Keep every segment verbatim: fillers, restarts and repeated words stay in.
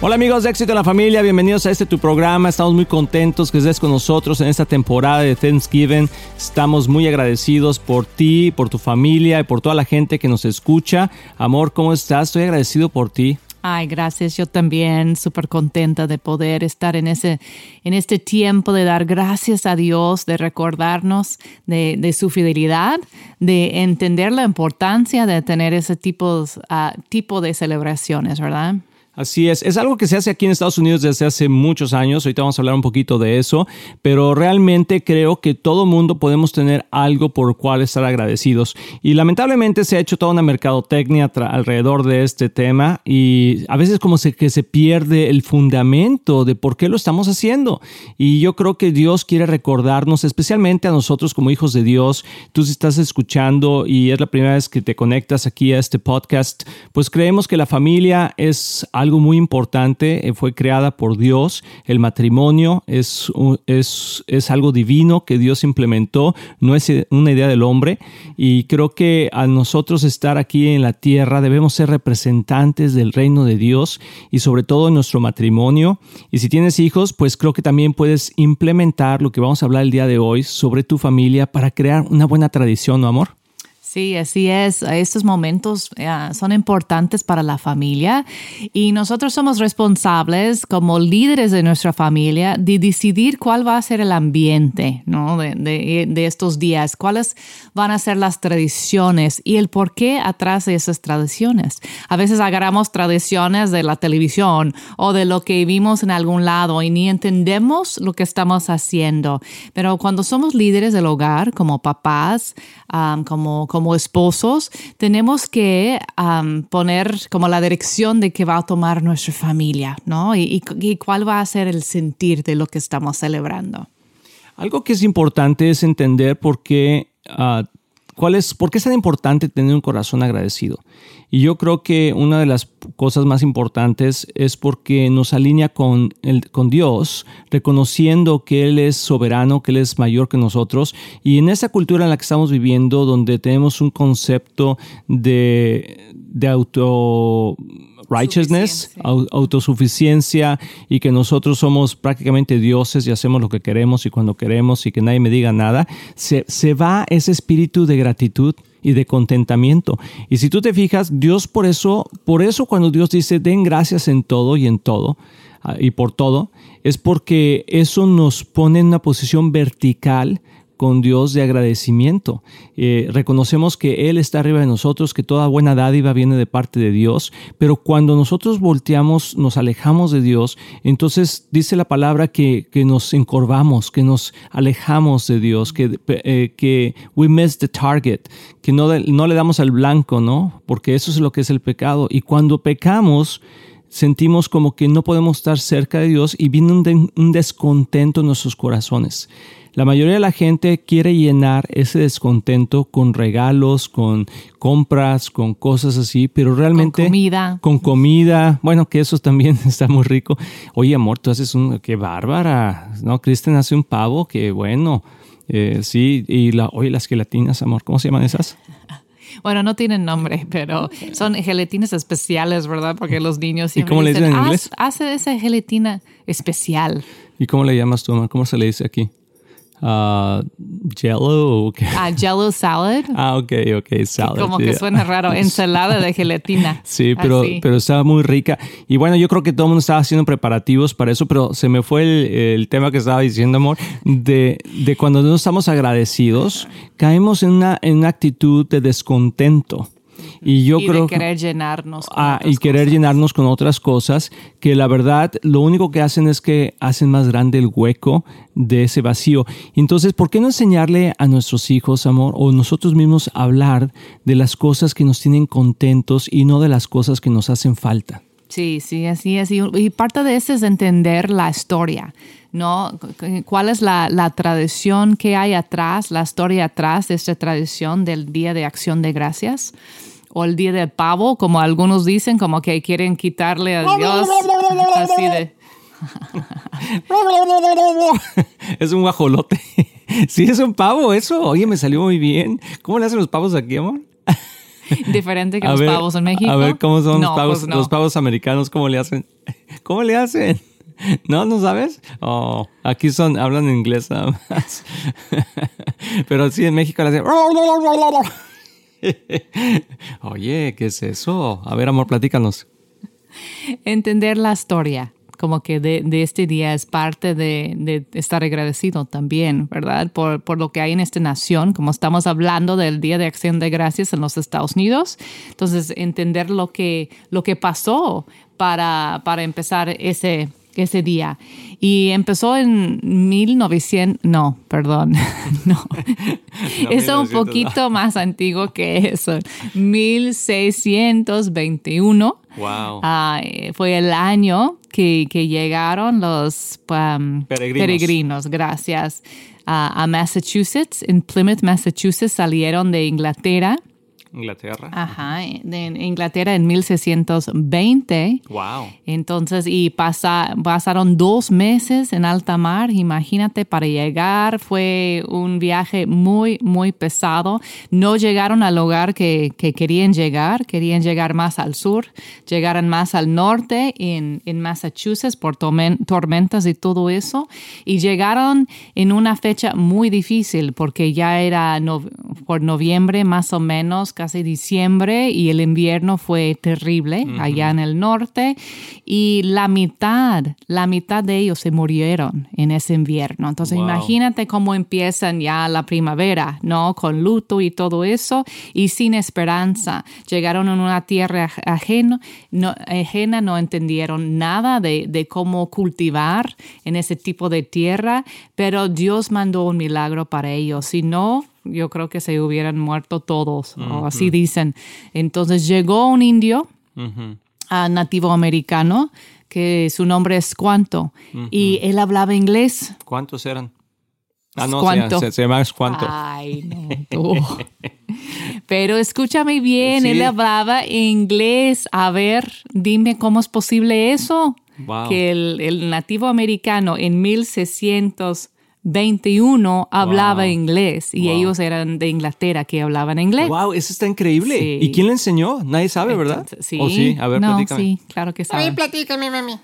Hola amigos de Éxito en la Familia, bienvenidos a este tu programa. Estamos muy contentos que estés con nosotros en esta temporada de Thanksgiving. Estamos muy agradecidos por ti, por tu familia y por toda la gente que nos escucha. Amor, ¿cómo estás? Estoy agradecido por ti. Ay, gracias. Yo también súper contenta de poder estar en ese, en este tiempo de dar gracias a Dios, de recordarnos de, de su fidelidad, de entender la importancia de tener ese tipo, uh, tipo de celebraciones, ¿verdad? Así es, es algo que se hace aquí en Estados Unidos desde hace muchos años, ahorita vamos a hablar un poquito de eso, pero realmente creo que todo mundo podemos tener algo por el cual estar agradecidos y lamentablemente se ha hecho toda una mercadotecnia tra- alrededor de este tema y a veces como se, que se pierde el fundamento de por qué lo estamos haciendo y yo creo que Dios quiere recordarnos, especialmente a nosotros como hijos de Dios. Tú si estás escuchando y es la primera vez que te conectas aquí a este podcast, pues creemos que la familia es algo muy importante, fue creada por Dios. El matrimonio es, es, es algo divino que Dios implementó, no es una idea del hombre. Y creo que a nosotros estar aquí en la tierra debemos ser representantes del reino de Dios y sobre todo en nuestro matrimonio. Y si tienes hijos, pues creo que también puedes implementar lo que vamos a hablar el día de hoy sobre tu familia para crear una buena tradición, ¿no, amor? Sí, así es. Estos momentos uh, son importantes para la familia y nosotros somos responsables como líderes de nuestra familia de decidir cuál va a ser el ambiente, ¿no? de, de, de estos días, cuáles van a ser las tradiciones y el por qué atrás de esas tradiciones. A veces agarramos tradiciones de la televisión o de lo que vimos en algún lado y ni entendemos lo que estamos haciendo. Pero cuando somos líderes del hogar, como papás, um, como, como Como esposos, tenemos que um, poner como la dirección de qué va a tomar nuestra familia, ¿no? Y, y, y cuál va a ser el sentir de lo que estamos celebrando. Algo que es importante es entender por qué, uh, cuál es, por qué es tan importante tener un corazón agradecido. Y yo creo que una de las cosas más importantes es porque nos alinea con, el, con Dios, reconociendo que Él es soberano, que Él es mayor que nosotros. Y en esa cultura en la que estamos viviendo, donde tenemos un concepto de, de auto... righteousness, au- autosuficiencia y que nosotros somos prácticamente dioses y hacemos lo que queremos y cuando queremos y que nadie me diga nada, se, se va ese espíritu de gratitud y de contentamiento. Y si tú te fijas, Dios por eso, por eso cuando Dios dice den gracias en todo y en todo uh, y por todo, es porque eso nos pone en una posición vertical con Dios de agradecimiento. Eh, reconocemos que Él está arriba de nosotros, que toda buena dádiva viene de parte de Dios, pero cuando nosotros volteamos, nos alejamos de Dios, entonces dice la palabra que, que nos encorvamos, que nos alejamos de Dios, que, eh, que we miss the target, que no, no le damos al blanco, ¿no? Porque eso es lo que es el pecado. Y cuando pecamos, sentimos como que no podemos estar cerca de Dios y viene un, de, un descontento en nuestros corazones. La mayoría de la gente quiere llenar ese descontento con regalos, con compras, con cosas así, pero realmente... Con comida. Con comida. Bueno, que eso también está muy rico. Oye, amor, tú haces un... ¡Qué bárbara! ¿No? Kristen hace un pavo, qué bueno. Eh, sí, y la, oye, las gelatinas, amor, ¿cómo se llaman esas? Bueno, no tienen nombre, pero son gelatinas especiales, ¿verdad? Porque los niños siempre ¿Y cómo le dicen en Haz, inglés? hace esa gelatina especial. ¿Y cómo le llamas tú, amor? ¿Cómo se le dice aquí? Uh, Jello. Okay. Ah, Jello salad. Ah, ok, ok, salad. Como que suena raro, ensalada de gelatina. Sí, pero, pero estaba muy rica. Y bueno, yo creo que todo el mundo estaba haciendo preparativos para eso, pero se me fue el, el tema que estaba diciendo, amor, de, de cuando no estamos agradecidos, caemos en una, en una actitud de descontento. Y yo y creo de querer llenarnos con ah, otras y querer cosas. llenarnos con otras cosas que la verdad lo único que hacen es que hacen más grande el hueco de ese vacío. Entonces, ¿por qué no enseñarle a nuestros hijos, amor, o nosotros mismos hablar de las cosas que nos tienen contentos y no de las cosas que nos hacen falta? Sí, sí, así es. Y parte de eso es entender la historia, ¿no? ¿Cuál es la, la tradición que hay atrás, la historia atrás de esta tradición del Día de Acción de Gracias? O el Día del Pavo, como algunos dicen, como que quieren quitarle a Dios así de... Es un guajolote. Sí, es un pavo eso. Oye, me salió muy bien. ¿Cómo le hacen los pavos aquí, amor? Diferente que a los ver, pavos en México. A ver, ¿cómo son no, los pavos, pues no. los pavos americanos? ¿Cómo le hacen? ¿Cómo le hacen? ¿No? ¿No sabes? Oh, aquí son, hablan inglés nada más. Pero sí, en México le hacen... Oye, ¿qué es eso? A ver, amor, platícanos. Entender la historia, como que de, de este día es parte de, de estar agradecido también, ¿verdad? Por, por lo que hay en esta nación, como estamos hablando del Día de Acción de Gracias en los Estados Unidos. Entonces, entender lo que, lo que pasó para, para empezar ese... ese día. Y empezó en mil novecientos... No, perdón. No. no es un poquito no. más antiguo que eso. mil seiscientos veintiuno. Wow. Uh, fue el año que, que llegaron los um, peregrinos. peregrinos, gracias, uh, a Massachusetts. En Plymouth, Massachusetts, salieron de Inglaterra. Inglaterra. Ajá, de Inglaterra en mil seiscientos veinte. Wow. Entonces, y pasa, pasaron dos meses en alta mar, imagínate, para llegar. Fue un viaje muy, muy pesado. No llegaron al lugar que, que querían llegar, querían llegar más al sur, llegaron más al norte, en, en Massachusetts, por tormentas y todo eso. Y llegaron en una fecha muy difícil, porque ya era no, por noviembre más o menos, casi diciembre, y el invierno fue terrible uh-huh. allá en el norte, y la mitad, la mitad de ellos se murieron en ese invierno. Entonces wow. imagínate cómo empiezan ya la primavera, ¿no? Con luto y todo eso, y sin esperanza. Llegaron a una tierra ajena, no, ajena, no entendieron nada de, de cómo cultivar en ese tipo de tierra, pero Dios mandó un milagro para ellos. Si no, yo creo que se hubieran muerto todos, uh-huh. o así dicen. Entonces llegó un indio uh-huh. uh, nativo americano, que su nombre es Squanto, uh-huh. y él hablaba inglés. ¿Cuántos eran? Ah, no, Squanto. se, se llama Squanto. Ay, no, tú. Pero escúchame bien, sí. Él hablaba inglés. A ver, dime cómo es posible eso. Wow. Que el, el nativo americano en mil seiscientos veintiuno hablaba wow. inglés, y wow. ellos eran de Inglaterra que hablaban inglés. Wow, eso está increíble. Sí. ¿Y quién le enseñó? Nadie sabe, ¿verdad? Entonces, sí. ¿O sí? A ver, no, platícame. Sí, claro que sabe. A ver, platícame, mami.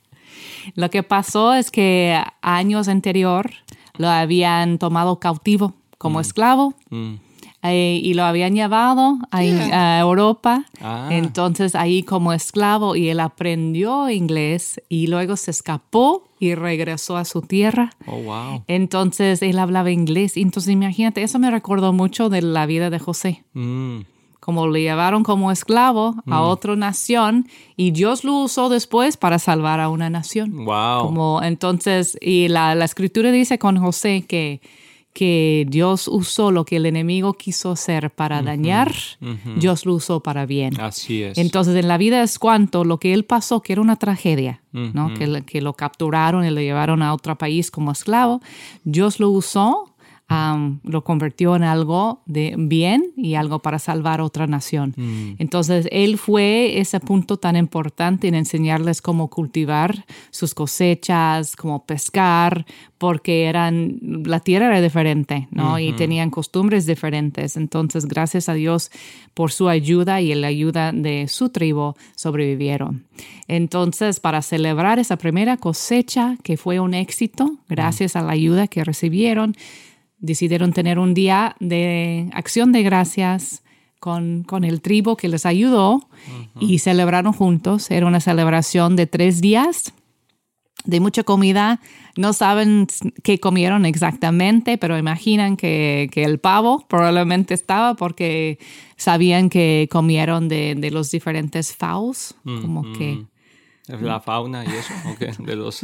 Lo que pasó es que años anterior lo habían tomado cautivo como mm. esclavo. Mm. Eh, y lo habían llevado a, yeah. a Europa, ah. entonces ahí como esclavo, y él aprendió inglés y luego se escapó y regresó a su tierra. Oh, wow. Entonces él hablaba inglés. Entonces imagínate, eso me recordó mucho de la vida de José. Mm. Como le llevaron como esclavo mm. a otra nación, y Dios lo usó después para salvar a una nación. Wow. Como, entonces, y la, la escritura dice con José que que Dios usó lo que el enemigo quiso hacer para uh-huh, dañar, uh-huh. Dios lo usó para bien. Así es. Entonces, en la vida de Squanto, lo que él pasó, que era una tragedia, uh-huh. ¿no? que, que lo capturaron y lo llevaron a otro país como esclavo, Dios lo usó, um, lo convirtió en algo de bien y algo para salvar otra nación. Uh-huh. Entonces, él fue ese punto tan importante en enseñarles cómo cultivar sus cosechas, cómo pescar, porque eran, la tierra era diferente, ¿no? Uh-huh. Y tenían costumbres diferentes. Entonces, gracias a Dios por su ayuda y la ayuda de su tribu, sobrevivieron. Entonces, para celebrar esa primera cosecha, que fue un éxito, gracias uh-huh. a la ayuda que recibieron, decidieron tener un día de acción de gracias con, con el tribu que les ayudó uh-huh. y celebraron juntos. Era una celebración de tres días. De mucha comida. No saben qué comieron exactamente, pero imaginan que, que el pavo probablemente estaba, porque sabían que comieron de, de los diferentes fauns, mm, como mm. que... La fauna y eso, okay, de los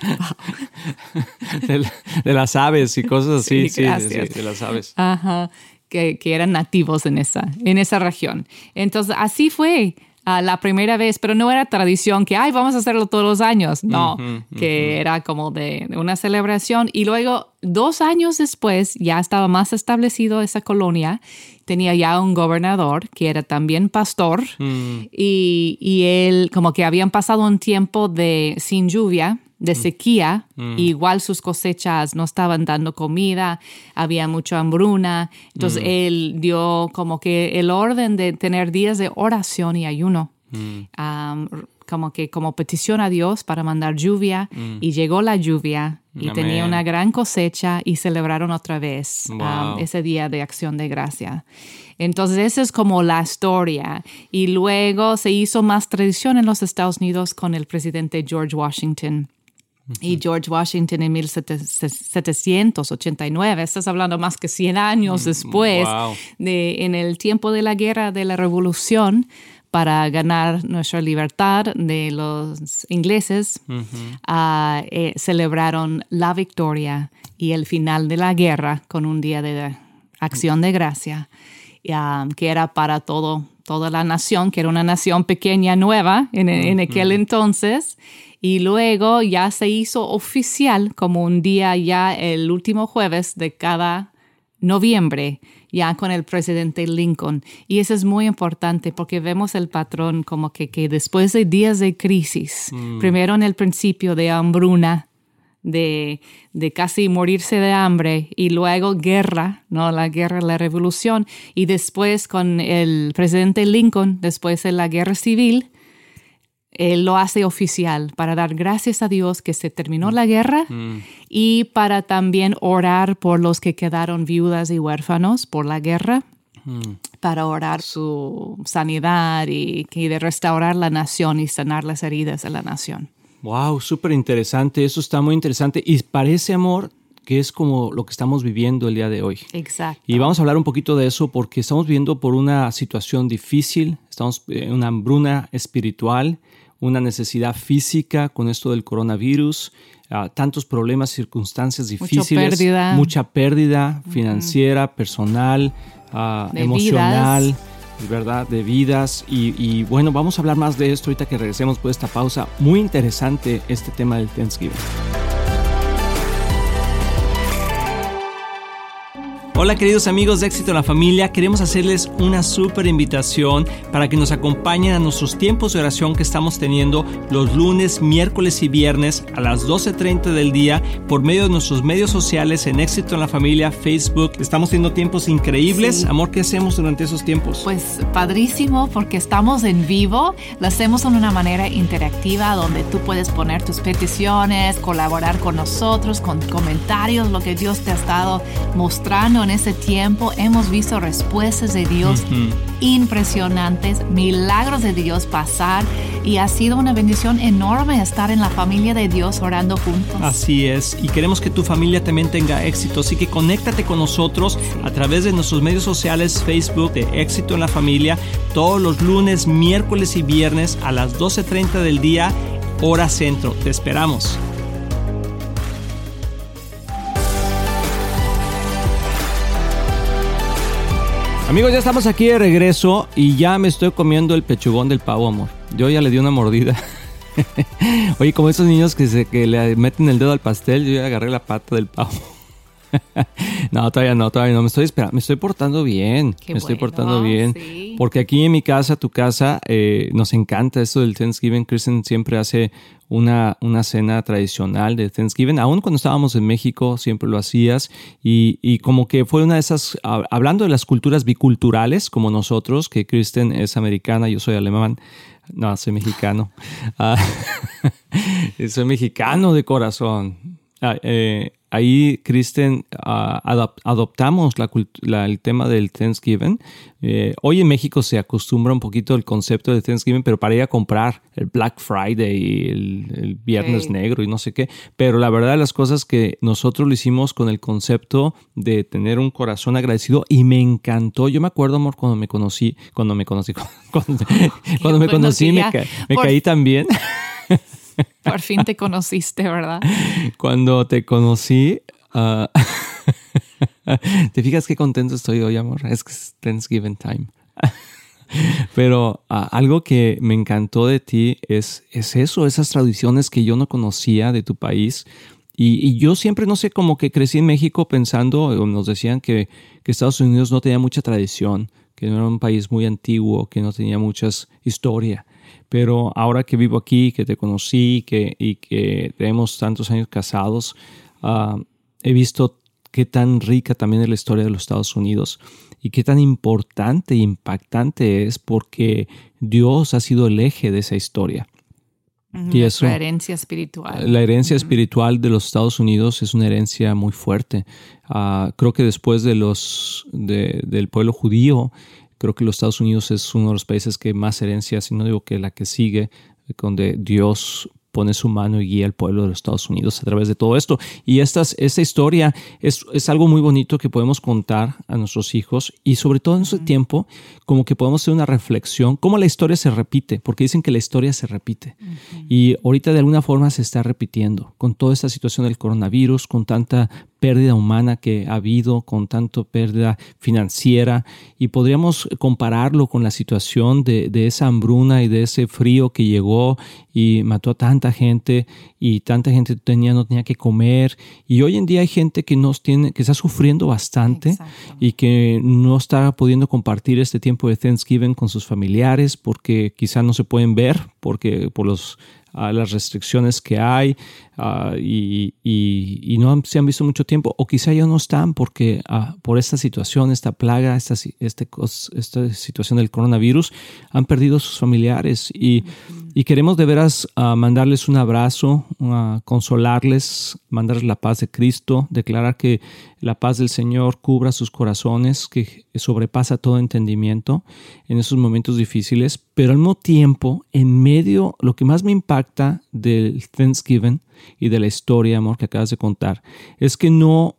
de, de las aves y cosas así, sí, sí, sí, de las aves. Ajá, que, que eran nativos en esa, en esa región. Entonces, así fue. Uh, la primera vez, pero no era tradición que, ay, vamos a hacerlo todos los años. No, uh-huh, que uh-huh. era como de, de una celebración. Y luego, dos años después, ya estaba más establecido esa colonia. Tenía ya un gobernador que era también pastor. Uh-huh. Y, y él, como que habían pasado un tiempo de sin lluvia, de sequía, mm. igual sus cosechas no estaban dando comida, había mucha hambruna. Entonces mm. él dio como que el orden de tener días de oración y ayuno. Mm. Um, como que como petición a Dios para mandar lluvia mm. y llegó la lluvia y Amén. Tenía una gran cosecha y celebraron otra vez wow. um, ese día de Acción de Gracia. Entonces esa es como la historia. Y luego se hizo más tradición en los Estados Unidos con el presidente George Washington. Uh-huh. Y George Washington en mil setecientos ochenta y nueve, estás hablando más que cien años después, wow. de, en el tiempo de la guerra de la Revolución, para ganar nuestra libertad de los ingleses, uh-huh. uh, eh, celebraron la victoria y el final de la guerra con un día de Acción de Gracia, uh, que era para todo, toda la nación, que era una nación pequeña, nueva en, en aquel uh-huh. entonces. Y luego ya se hizo oficial como un día ya el último jueves de cada noviembre, ya con el presidente Lincoln. Y eso es muy importante porque vemos el patrón como que, que después de días de crisis, mm. primero en el principio de hambruna, de, de casi morirse de hambre, y luego guerra, ¿no? La guerra, la revolución, y después con el presidente Lincoln, después de la guerra civil, él lo hace oficial para dar gracias a Dios que se terminó la guerra mm. y para también orar por los que quedaron viudas y huérfanos por la guerra, mm. para orar su sanidad y, y de restaurar la nación y sanar las heridas de la nación. Wow, súper interesante. Eso está muy interesante y parece, amor, que es como lo que estamos viviendo el día de hoy. Exacto. Y vamos a hablar un poquito de eso porque estamos viviendo por una situación difícil, estamos en una hambruna espiritual, una necesidad física con esto del coronavirus, uh, tantos problemas, circunstancias difíciles, mucha pérdida, mucha pérdida financiera, uh-huh. personal, uh, emocional, vidas. ¿verdad? De vidas. Y, y bueno, vamos a hablar más de esto ahorita que regresemos por esta pausa. Muy interesante este tema del Thanksgiving. Hola queridos amigos de Éxito en la Familia, queremos hacerles una súper invitación para que nos acompañen a nuestros tiempos de oración que estamos teniendo los lunes, miércoles y viernes a las doce treinta del día por medio de nuestros medios sociales en Éxito en la Familia, Facebook. Estamos teniendo tiempos increíbles. Sí. Amor, ¿qué hacemos durante esos tiempos? Pues padrísimo porque estamos en vivo, lo hacemos de una manera interactiva donde tú puedes poner tus peticiones, colaborar con nosotros, con comentarios, lo que Dios te ha estado mostrando en ese tiempo. Hemos visto respuestas de Dios uh-huh. impresionantes, milagros de Dios pasar y ha sido una bendición enorme estar en la familia de Dios orando juntos. Así es, y queremos que tu familia también tenga éxito, así que conéctate con nosotros a través de nuestros medios sociales, Facebook de Éxito en la Familia, todos los lunes, miércoles y viernes a las doce treinta del día, hora centro. Te esperamos. Amigos, ya estamos aquí de regreso y ya me estoy comiendo el pechugón del pavo, amor. Yo ya le di una mordida. Oye, como esos niños que, se, que le meten el dedo al pastel, yo ya agarré la pata del pavo. No, todavía no, todavía no. Me estoy esperando, me estoy portando bien. Qué me estoy bueno, portando bien. Sí. Porque aquí en mi casa, tu casa, eh, nos encanta esto del Thanksgiving. Kristen siempre hace una, una cena tradicional de Thanksgiving. Aún cuando estábamos en México, siempre lo hacías. Y, y como que fue una de esas, hablando de las culturas biculturales, como nosotros, que Kristen es americana, yo soy alemán. No, soy mexicano. uh, soy mexicano de corazón. Uh, eh, Ahí, Kristen, uh, adop- adoptamos la cult- la, el tema del Thanksgiving. Eh, hoy en México se acostumbra un poquito el concepto de Thanksgiving, pero para ir a comprar el Black Friday y el, el Viernes sí. Negro y no sé qué. Pero la verdad de las cosas que nosotros lo hicimos con el concepto de tener un corazón agradecido y me encantó. Yo me acuerdo, amor, cuando me conocí, cuando me conocí, cuando, cuando me bueno, conocí, sí, me, ca- me por... caí tan bien. Por fin te conociste, ¿verdad? Cuando te conocí, uh, ¿te fijas qué contento estoy hoy, amor? Es que es Thanksgiving time. Pero uh, algo que me encantó de ti es, es eso, esas tradiciones que yo no conocía de tu país. Y, y yo siempre, no sé, como que crecí en México pensando, nos decían que, que Estados Unidos no tenía mucha tradición, que no era un país muy antiguo, que no tenía mucha historia. Pero ahora que vivo aquí, que te conocí que, y que tenemos tantos años casados, uh, he visto qué tan rica también es la historia de los Estados Unidos y qué tan importante e impactante es porque Dios ha sido el eje de esa historia. Y eso, la herencia espiritual. La herencia uh-huh. espiritual de los Estados Unidos es una herencia muy fuerte. Uh, creo que después de los de, del pueblo judío, creo que los Estados Unidos es uno de los países que más herencias, si no digo que la que sigue, donde Dios pone su mano y guía al pueblo de los Estados Unidos a través de todo esto. Y estas, esta historia es, es algo muy bonito que podemos contar a nuestros hijos y sobre todo en este uh-huh. tiempo como que podemos hacer una reflexión, cómo la historia se repite, porque dicen que la historia se repite. Uh-huh. Y ahorita de alguna forma se está repitiendo con toda esta situación del coronavirus, con tanta pérdida humana que ha habido, con tanta pérdida financiera, y podríamos compararlo con la situación de, de esa hambruna y de ese frío que llegó y mató a tanta gente y tanta gente tenía, no tenía que comer, y hoy en día hay gente que, nos tiene, que está sufriendo bastante. Exacto. Y que no está pudiendo compartir este tiempo de Thanksgiving con sus familiares porque quizá no se pueden ver porque por los a las restricciones que hay uh, y, y, y no se han visto mucho tiempo, o quizá ya no están porque uh, por esta situación, esta plaga, esta, este, esta situación del coronavirus, han perdido a sus familiares y, uh-huh. y queremos de veras uh, mandarles un abrazo, uh, consolarles, mandarles la paz de Cristo, declarar que la paz del Señor cubra sus corazones, que sobrepasa todo entendimiento en esos momentos difíciles, pero al mismo tiempo, en medio, lo que más me impacta del Thanksgiving y de la historia, amor, que acabas de contar, es que no,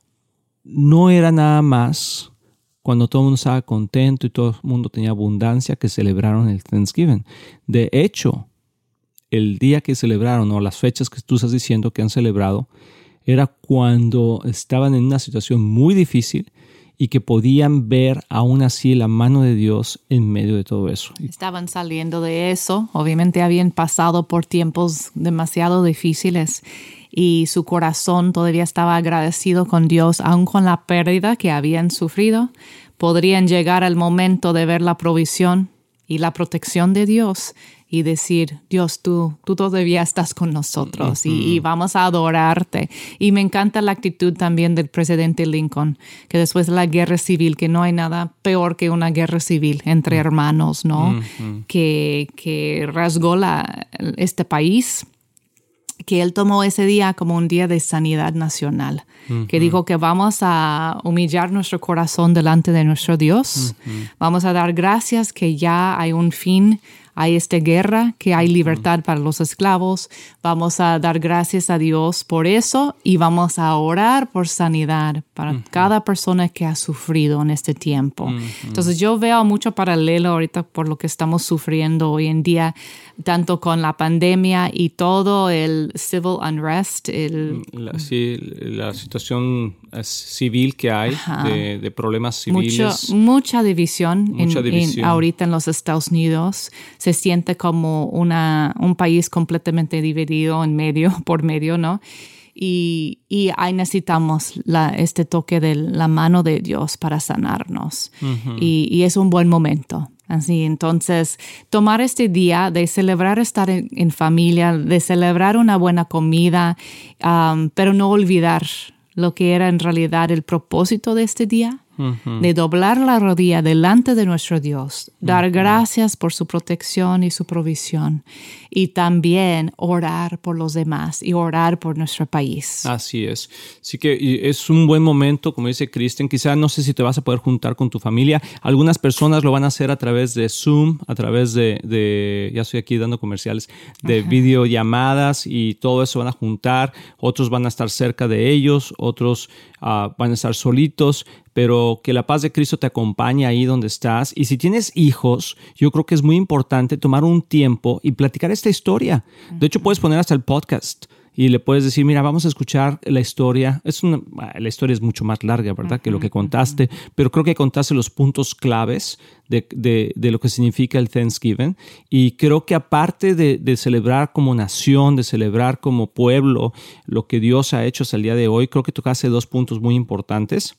no era nada más cuando todo el mundo estaba contento y todo el mundo tenía abundancia que celebraron el Thanksgiving. De hecho, el día que celebraron o las fechas que tú estás diciendo que han celebrado era cuando estaban en una situación muy difícil y que podían ver aún así la mano de Dios en medio de todo eso. Estaban saliendo de eso, obviamente habían pasado por tiempos demasiado difíciles y su corazón todavía estaba agradecido con Dios, aun con la pérdida que habían sufrido. Podrían llegar al momento de ver la provisión y la protección de Dios y decir, Dios, tú, tú todavía estás con nosotros uh-huh. y, y vamos a adorarte. Y me encanta la actitud también del presidente Lincoln, que después de la guerra civil, que no hay nada peor que una guerra civil entre hermanos, ¿no? Uh-huh. Que, que rasgó la, este país, que él tomó ese día como un día de sanidad nacional, uh-huh. que dijo que vamos a humillar nuestro corazón delante de nuestro Dios, uh-huh. vamos a dar gracias que ya hay un fin, hay esta guerra, que hay libertad uh-huh. para los esclavos, vamos a dar gracias a Dios por eso y vamos a orar por sanidad para uh-huh. cada persona que ha sufrido en este tiempo. Uh-huh. Entonces yo veo mucho paralelo ahorita por lo que estamos sufriendo hoy en día, tanto con la pandemia y todo el civil unrest. El, la, sí, la situación civil que hay, de, de problemas civiles. Mucho, mucha división, mucha en, división. En, ahorita en los Estados Unidos. Se siente como una, un país completamente dividido en medio, por medio, ¿no? Y, y ahí necesitamos la, este toque de la mano de Dios para sanarnos. Uh-huh. Y, y es un buen momento. Así, entonces, tomar este día de celebrar estar en, en familia, de celebrar una buena comida, um, pero no olvidar lo que era en realidad el propósito de este día. Uh-huh. De doblar la rodilla delante de nuestro Dios, dar uh-huh. gracias por su protección y su provisión, y también orar por los demás y orar por nuestro país. Así es. Así que es un buen momento, como dice Kristen. Quizá no sé si te vas a poder juntar con tu familia. Algunas personas lo van a hacer a través de Zoom, a través de, de ya estoy aquí dando comerciales, de uh-huh. videollamadas, y todo eso van a juntar. Otros van a estar cerca de ellos, otros uh, van a estar solitos, pero que la paz de Cristo te acompañe ahí donde estás. Y si tienes hijos, yo creo que es muy importante tomar un tiempo y platicar esta historia. De hecho, puedes poner hasta el podcast y le puedes decir, mira, vamos a escuchar la historia. Es una, la historia es mucho más larga, ¿verdad?, uh-huh, que lo que contaste, uh-huh. pero creo que contaste los puntos claves de, de, de lo que significa el Thanksgiving. Y creo que aparte de, de celebrar como nación, de celebrar como pueblo lo que Dios ha hecho hasta el día de hoy, creo que tocaste dos puntos muy importantes.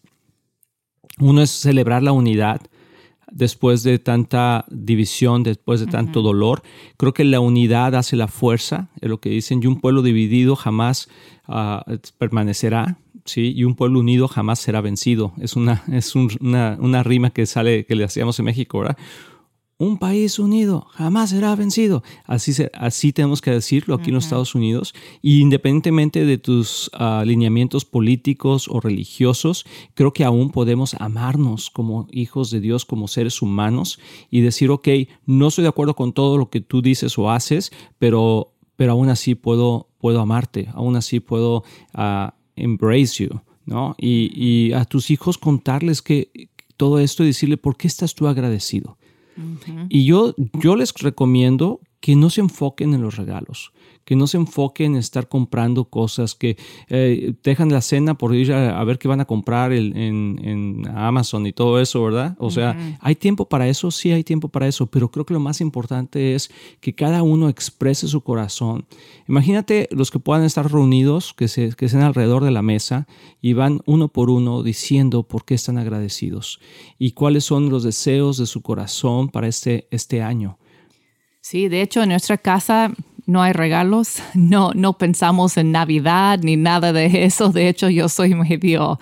Uno es celebrar la unidad después de tanta división, después de tanto uh-huh. dolor. Creo que la unidad hace la fuerza, es lo que dicen, y un pueblo dividido jamás uh, permanecerá, ¿sí? Y un pueblo unido jamás será vencido. Es una, es un, una, una rima que sale, que le hacíamos en México, ¿verdad? un país unido jamás será vencido. Así, se, así tenemos que decirlo aquí uh-huh. en los Estados Unidos. Y independientemente de tus uh, lineamientos políticos o religiosos, creo que aún podemos amarnos como hijos de Dios, como seres humanos, y decir, ok, no estoy de acuerdo con todo lo que tú dices o haces, pero, pero aún así puedo, puedo amarte, aún así puedo uh, embrace you, ¿no? Y, y a tus hijos contarles que todo esto y decirle, ¿por qué estás tú agradecido? Uh-huh. Y yo, yo les recomiendo que no se enfoquen en los regalos, que no se enfoquen en estar comprando cosas, que eh, dejan la cena por ir a, a ver qué van a comprar el, en, en Amazon y todo eso, ¿verdad? O uh-huh. sea, ¿hay tiempo para eso? Sí, hay tiempo para eso, pero creo que lo más importante es que cada uno exprese su corazón. Imagínate los que puedan estar reunidos, que, se, que estén alrededor de la mesa y van uno por uno diciendo por qué están agradecidos y cuáles son los deseos de su corazón para este, este año. Sí, de hecho, en nuestra casa no hay regalos, no, no pensamos en Navidad ni nada de eso. De hecho, yo soy medio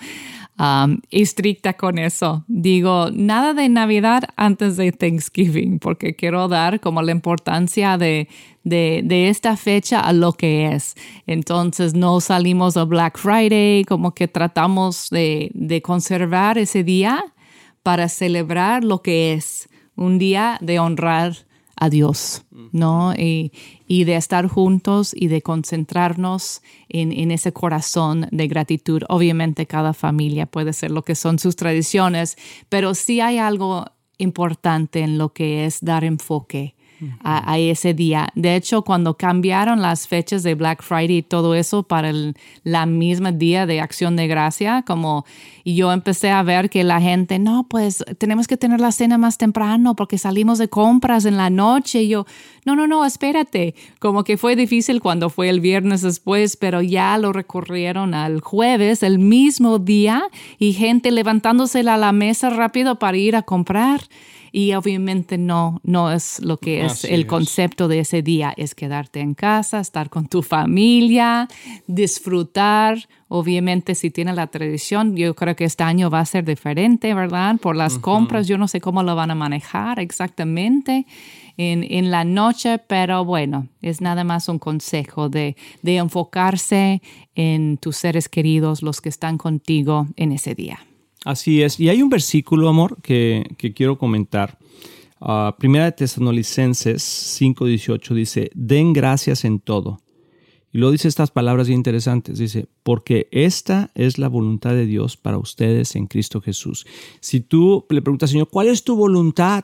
um, estricta con eso. Digo, nada de Navidad antes de Thanksgiving, porque quiero dar como la importancia de, de, de esta fecha a lo que es. Entonces, no salimos a Black Friday, como que tratamos de, de conservar ese día para celebrar lo que es un día de honrar a Dios, ¿no? Y, y de estar juntos y de concentrarnos en, en ese corazón de gratitud. Obviamente cada familia puede ser lo que son sus tradiciones, pero sí hay algo importante en lo que es dar enfoque a, a ese día. De hecho, cuando cambiaron las fechas de Black Friday y todo eso para el la misma día de Acción de Gracia, como y yo empecé a ver que la gente, no, pues tenemos que tener la cena más temprano porque salimos de compras en la noche. Y yo, no, no, no, espérate. Como que fue difícil cuando fue el viernes después, pero ya lo recorrieron al jueves, el mismo día, y gente levantándose a la mesa rápido para ir a comprar. Y obviamente no, no es lo que es Así el es. Concepto de ese día, es quedarte en casa, estar con tu familia, disfrutar. Obviamente si tienes la tradición, yo creo que este año va a ser diferente, ¿verdad? Por las uh-huh. compras, yo no sé cómo lo van a manejar exactamente en, en la noche, pero bueno, es nada más un consejo de, de enfocarse en tus seres queridos, los que están contigo en ese día. Así es. Y hay un versículo, amor, que, que quiero comentar. Uh, Primera de Tesalonicenses cinco dieciocho dice, den gracias en todo. Y luego dice estas palabras bien interesantes. Dice, porque esta es la voluntad de Dios para ustedes en Cristo Jesús. Si tú le preguntas, Señor, ¿cuál es tu voluntad?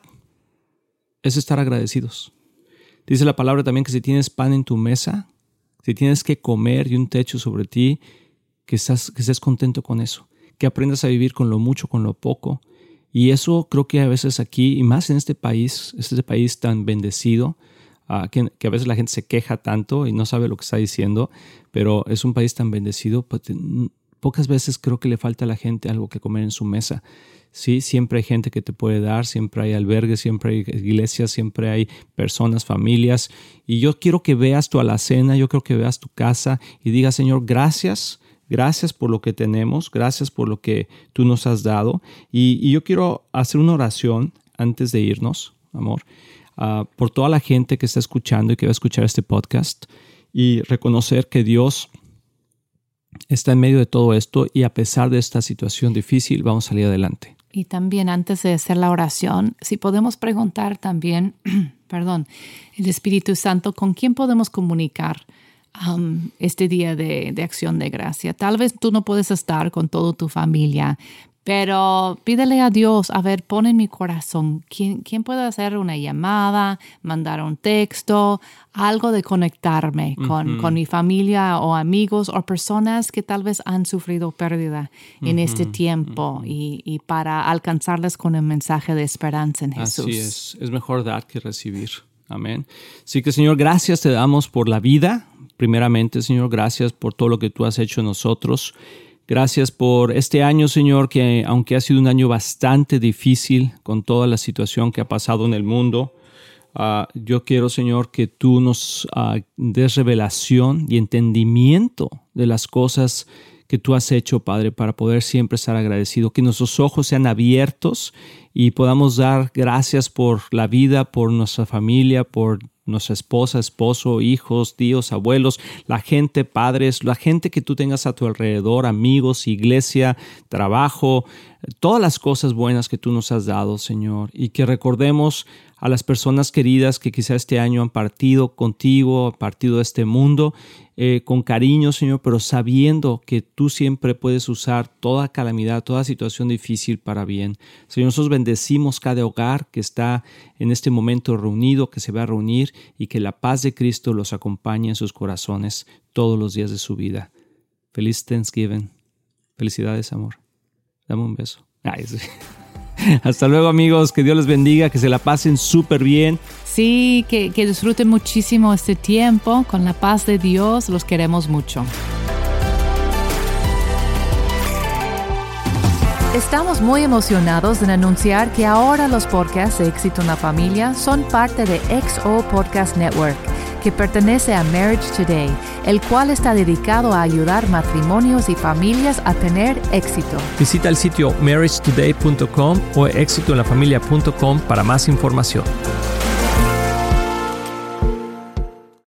Es estar agradecidos. Dice la palabra también que si tienes pan en tu mesa, si tienes que comer y un techo sobre ti, que, estás, que estés contento con eso. Que aprendas a vivir con lo mucho, con lo poco. Y eso creo que a veces aquí, y más en este país, este país tan bendecido, uh, que, que a veces la gente se queja tanto y no sabe lo que está diciendo, pero es un país tan bendecido, pues, pocas veces creo que le falta a la gente algo que comer en su mesa. Sí, siempre hay gente que te puede dar, siempre hay albergues, siempre hay iglesias, siempre hay personas, familias. Y yo quiero que veas tu alacena, yo quiero que veas tu casa y digas, Señor, gracias. Gracias por lo que tenemos, gracias por lo que tú nos has dado. Y, y yo quiero hacer una oración antes de irnos, amor, uh, por toda la gente que está escuchando y que va a escuchar este podcast y reconocer que Dios está en medio de todo esto y a pesar de esta situación difícil vamos a salir adelante. Y también antes de hacer la oración, si podemos preguntar también, perdón, el Espíritu Santo, ¿con quién podemos comunicar Um, este día de, de Acción de Gracia? Tal vez tú no puedes estar con toda tu familia, pero pídele a Dios, a ver, pon en mi corazón, ¿quién, quién puede hacer una llamada, mandar un texto, algo de conectarme uh-huh. con, con mi familia o amigos o personas que tal vez han sufrido pérdida uh-huh. en este tiempo uh-huh. y, y para alcanzarles con un mensaje de esperanza en Jesús. Así es, es mejor dar que recibir. Amén. Así que, Señor, gracias te damos por la vida. Primeramente, Señor, gracias por todo lo que tú has hecho en nosotros. Gracias por este año, Señor, que aunque ha sido un año bastante difícil con toda la situación que ha pasado en el mundo, uh, yo quiero, Señor, que tú nos uh, des revelación y entendimiento de las cosas que tú has hecho, Padre, para poder siempre estar agradecido. Que nuestros ojos sean abiertos y podamos dar gracias por la vida, por nuestra familia, por nuestra esposa, esposo, hijos, tíos, abuelos, la gente, padres, la gente que tú tengas a tu alrededor, amigos, iglesia, trabajo, todas las cosas buenas que tú nos has dado, Señor, y que recordemos a las personas queridas que quizá este año han partido contigo, han partido de este mundo, eh, con cariño, Señor, pero sabiendo que tú siempre puedes usar toda calamidad, toda situación difícil para bien. Señor, nosotros bendecimos cada hogar que está en este momento reunido, que se va a reunir, y que la paz de Cristo los acompañe en sus corazones todos los días de su vida. Feliz Thanksgiving. Felicidades, amor. Dame un beso. Ay, sí. Hasta luego, amigos. Que Dios les bendiga, que se la pasen súper bien. Sí, que, que disfruten muchísimo este tiempo con la paz de Dios. Los queremos mucho. Estamos muy emocionados en anunciar que ahora los podcasts de Éxito en la Familia son parte de X O Podcast Network, que pertenece a Marriage Today, el cual está dedicado a ayudar matrimonios y familias a tener éxito. Visita el sitio marriage today punto com o éxito en la familia punto com para más información.